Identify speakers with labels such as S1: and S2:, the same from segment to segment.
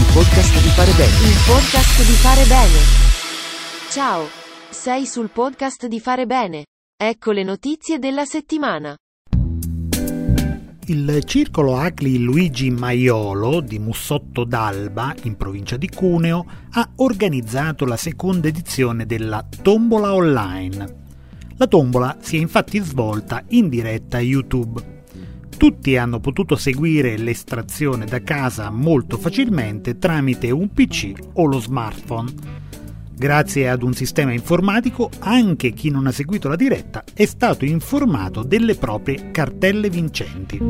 S1: podcast di Fare Bene.
S2: Il podcast di Fare Bene. Ciao, sei sul podcast di Fare Bene. Ecco le notizie della settimana.
S3: Il circolo ACLI Luigi Maiolo di Mussotto d'Alba, in provincia di Cuneo, ha organizzato la seconda edizione della Tombola Online. La tombola si è infatti svolta in diretta a YouTube. Tutti hanno potuto seguire l'estrazione da casa molto facilmente tramite un PC o lo smartphone. Grazie ad un sistema informatico, anche chi non ha seguito la diretta è stato informato delle proprie cartelle vincenti.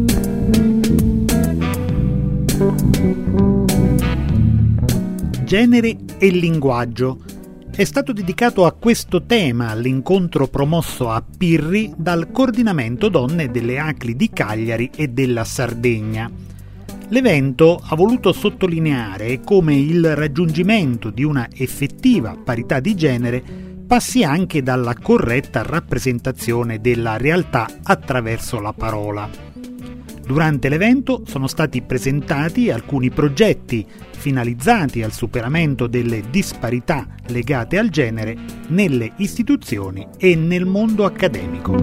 S3: Genere e linguaggio. È stato dedicato a questo tema l'incontro promosso a Pirri dal Coordinamento Donne delle ACLI di Cagliari e della Sardegna. L'evento ha voluto sottolineare come il raggiungimento di una effettiva parità di genere passi anche dalla corretta rappresentazione della realtà attraverso la parola. Durante l'evento sono stati presentati alcuni progetti finalizzati al superamento delle disparità legate al genere nelle istituzioni e nel mondo accademico.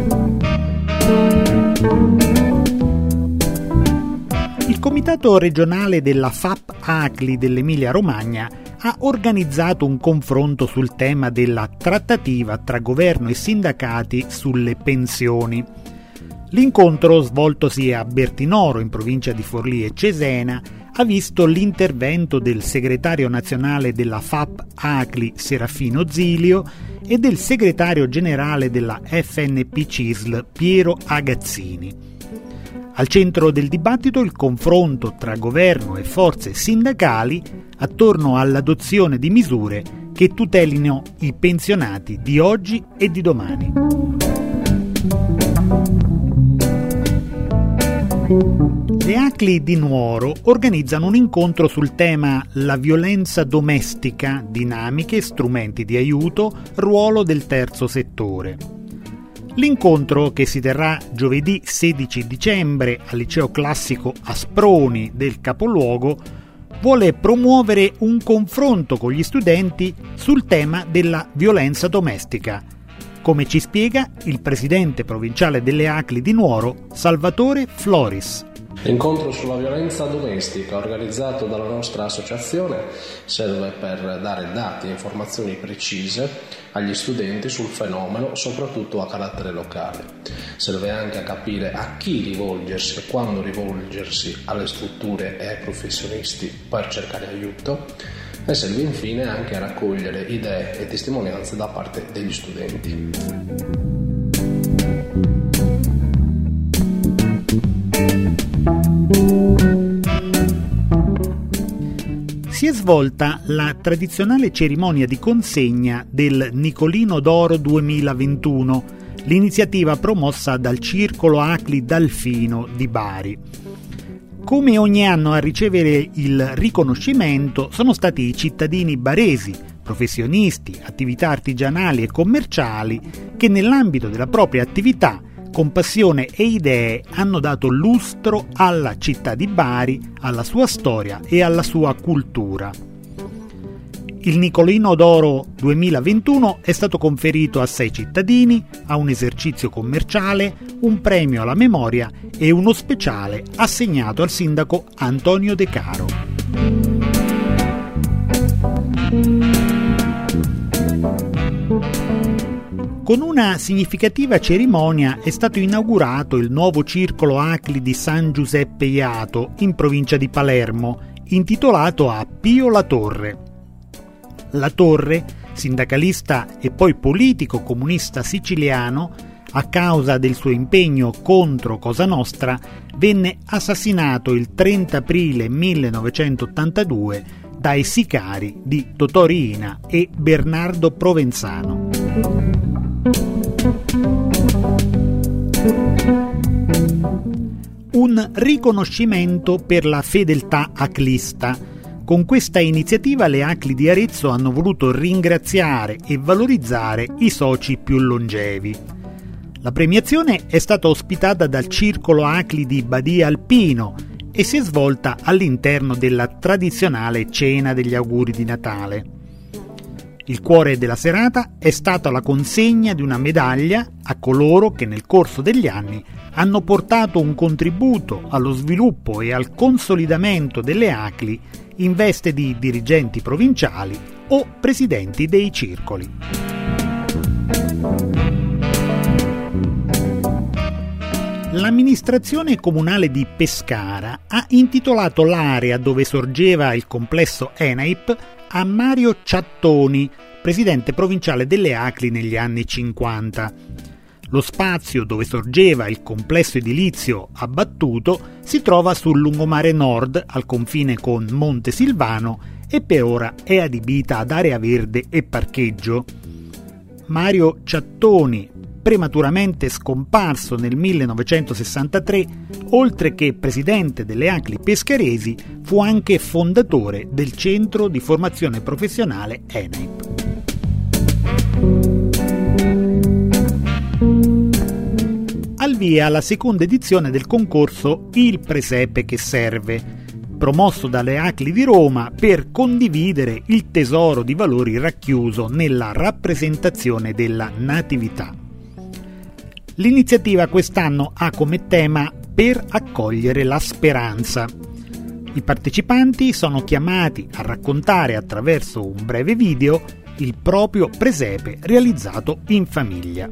S3: Il Comitato regionale della FAP ACLI dell'Emilia-Romagna ha organizzato un confronto sul tema della trattativa tra governo e sindacati sulle pensioni. L'incontro, svoltosi a Bertinoro, in provincia di Forlì e Cesena, ha visto l'intervento del segretario nazionale della FAP ACLI Serafino Zilio e del segretario generale della FNP CISL Piero Agazzini. Al centro del dibattito il confronto tra governo e forze sindacali attorno all'adozione di misure che tutelino i pensionati di oggi e di domani. Le ACLI di Nuoro organizzano un incontro sul tema La violenza domestica, dinamiche, strumenti di aiuto, ruolo del terzo settore. L'incontro, che si terrà giovedì 16 dicembre al Liceo Classico Asproni del capoluogo, vuole promuovere un confronto con gli studenti sul tema della violenza domestica, come ci spiega il presidente provinciale delle ACLI di Nuoro, Salvatore Floris.
S4: L'incontro sulla violenza domestica organizzato dalla nostra associazione serve per dare dati e informazioni precise agli studenti sul fenomeno, soprattutto a carattere locale. Serve anche a capire a chi rivolgersi e quando rivolgersi alle strutture e ai professionisti per cercare aiuto, e serve infine anche a raccogliere idee e testimonianze da parte degli studenti.
S3: Si è svolta la tradizionale cerimonia di consegna del Nicolino d'Oro 2021, l'iniziativa promossa dal Circolo ACLI Dalfino di Bari. Come ogni anno a ricevere il riconoscimento sono stati i cittadini baresi, professionisti, attività artigianali e commerciali che nell'ambito della propria attività, con passione e idee, hanno dato lustro alla città di Bari, alla sua storia e alla sua cultura. Il Nicolino d'Oro 2021 è stato conferito a 6 cittadini, a un esercizio commerciale, un premio alla memoria e uno speciale assegnato al sindaco Antonio De Caro. Con una significativa cerimonia è stato inaugurato il nuovo circolo ACLI di San Giuseppe Iato, in provincia di Palermo, intitolato a Pio La Torre. La Torre, sindacalista e poi politico comunista siciliano, a causa del suo impegno contro Cosa Nostra, venne assassinato il 30 aprile 1982 dai sicari di Totò Riina e Bernardo Provenzano. Un riconoscimento per la fedeltà aclista. Con questa iniziativa le ACLI di Arezzo hanno voluto ringraziare e valorizzare i soci più longevi. La premiazione è stata ospitata dal Circolo ACLI di Badia Alpino e si è svolta all'interno della tradizionale cena degli auguri di Natale. Il cuore della serata è stata la consegna di una medaglia a coloro che nel corso degli anni hanno portato un contributo allo sviluppo e al consolidamento delle ACLI in veste di dirigenti provinciali o presidenti dei circoli. L'amministrazione comunale di Pescara ha intitolato l'area dove sorgeva il complesso ENAIP a Mario Ciattoni, presidente provinciale delle ACLI negli anni 50. Lo spazio dove sorgeva il complesso edilizio abbattuto si trova sul lungomare nord, al confine con Montesilvano, e per ora è adibita ad area verde e parcheggio. Mario Ciattoni, prematuramente scomparso nel 1963, oltre che presidente delle ACLI pescaresi, fu anche fondatore del centro di formazione professionale ENAIP. Al via la seconda edizione del concorso Il Presepe che serve, promosso dalle ACLI di Roma per condividere il tesoro di valori racchiuso nella rappresentazione della natività. L'iniziativa quest'anno ha come tema Per accogliere la speranza. I partecipanti sono chiamati a raccontare attraverso un breve video il proprio presepe realizzato in famiglia.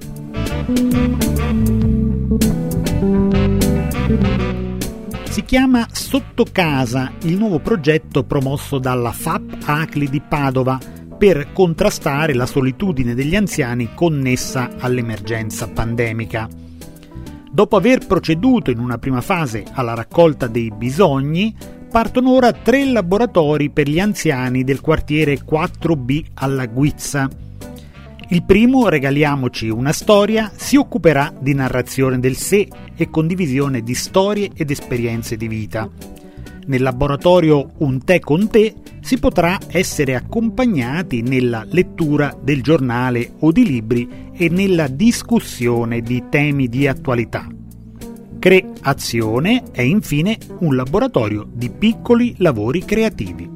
S3: Si chiama Sotto Casa il nuovo progetto promosso dalla FAP ACLI di Padova per contrastare la solitudine degli anziani connessa all'emergenza pandemica. Dopo aver proceduto in una prima fase alla raccolta dei bisogni, partono ora 3 laboratori per gli anziani del quartiere 4B alla Guizza. Il primo, Regaliamoci una storia, si occuperà di narrazione del sé e condivisione di storie ed esperienze di vita. Nel laboratorio Un tè con te si potrà essere accompagnati nella lettura del giornale o di libri e nella discussione di temi di attualità. Creazione è infine un laboratorio di piccoli lavori creativi.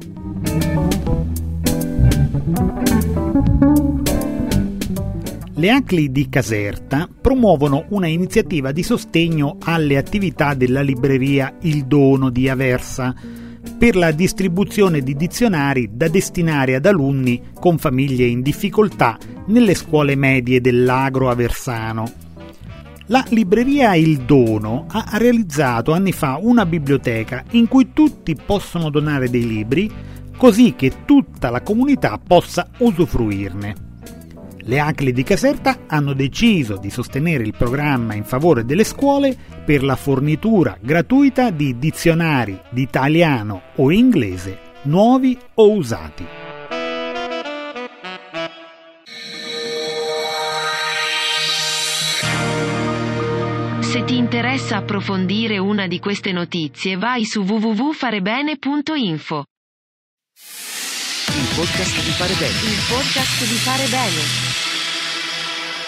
S3: Le ACLI di Caserta promuovono una iniziativa di sostegno alle attività della libreria Il Dono di Aversa per la distribuzione di dizionari da destinare ad alunni con famiglie in difficoltà nelle scuole medie dell'Agro aversano. La libreria Il Dono ha realizzato anni fa una biblioteca in cui tutti possono donare dei libri, così che tutta la comunità possa usufruirne. Le ACLI di Caserta hanno deciso di sostenere il programma in favore delle scuole per la fornitura gratuita di dizionari di italiano o inglese, nuovi o usati.
S2: Se ti interessa approfondire una di queste notizie, vai su www.farebene.info.
S1: Il podcast di Fare Bene.
S2: Il podcast di Fare Bene.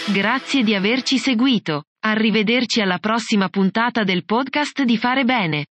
S2: Grazie di averci seguito. Arrivederci alla prossima puntata del podcast di Fare Bene.